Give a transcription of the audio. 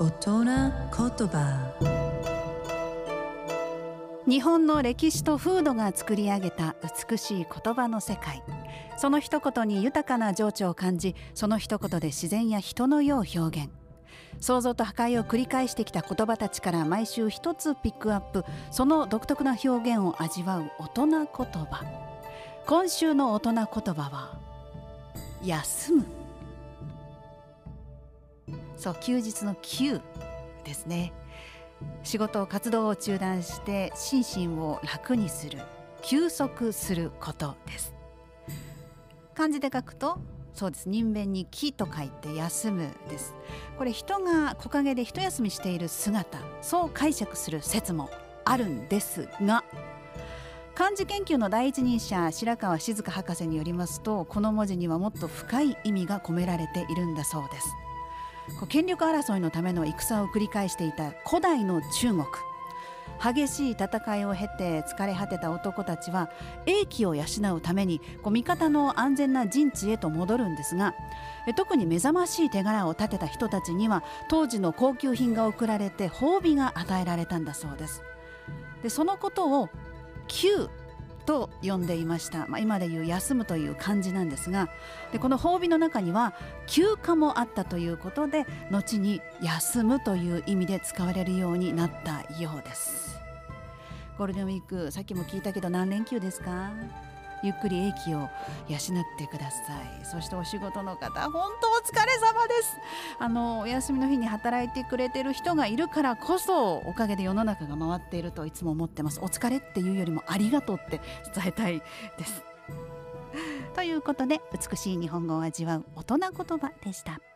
大人言葉。 日本の歴史と風土が作り上げた美しい言葉の世界。その一言に豊かな情緒を感じ、その一言で自然や人の世を表現。創造と破壊を繰り返してきた言葉たちから毎週一つピックアップ、その独特な表現を味わう大人言葉。今週の大人言葉は休む。そう、休日の休ですね。仕事活動を中断して心身を楽にする、休息することです。漢字で書くと、そうです、人弁に気と書いて休むです。これ人が木陰で一休みしている姿、そう解釈する説もあるんですが、漢字研究の第一人者白川静香博士によりますと、この文字にはもっと深い意味が込められているんだそうです。権力争いのための戦を繰り返していた古代の中国、激しい戦いを経て疲れ果てた男たちは英気を養うために味方の安全な陣地へと戻るんですが、特に目覚ましい手柄を立てた人たちには当時の高級品が贈られて褒美が与えられたんだそうです。でそのことを休と呼んでいました。今でいう休むという漢字なんですが、でこの褒美の中には休暇もあったということで、後に休むという意味で使われるようになったようです。ゴールデンウィーク、さっきも聞いたけど何連休ですか？ゆっくり英気を養ってください。そしてお仕事の方、本当お疲れ様です。お休みの日に働いてくれてる人がいるからこそ、おかげで世の中が回っているといつも思ってます。お疲れっていうよりもありがとうって伝えたいです。ということで、美しい日本語を味わう大人言葉でした。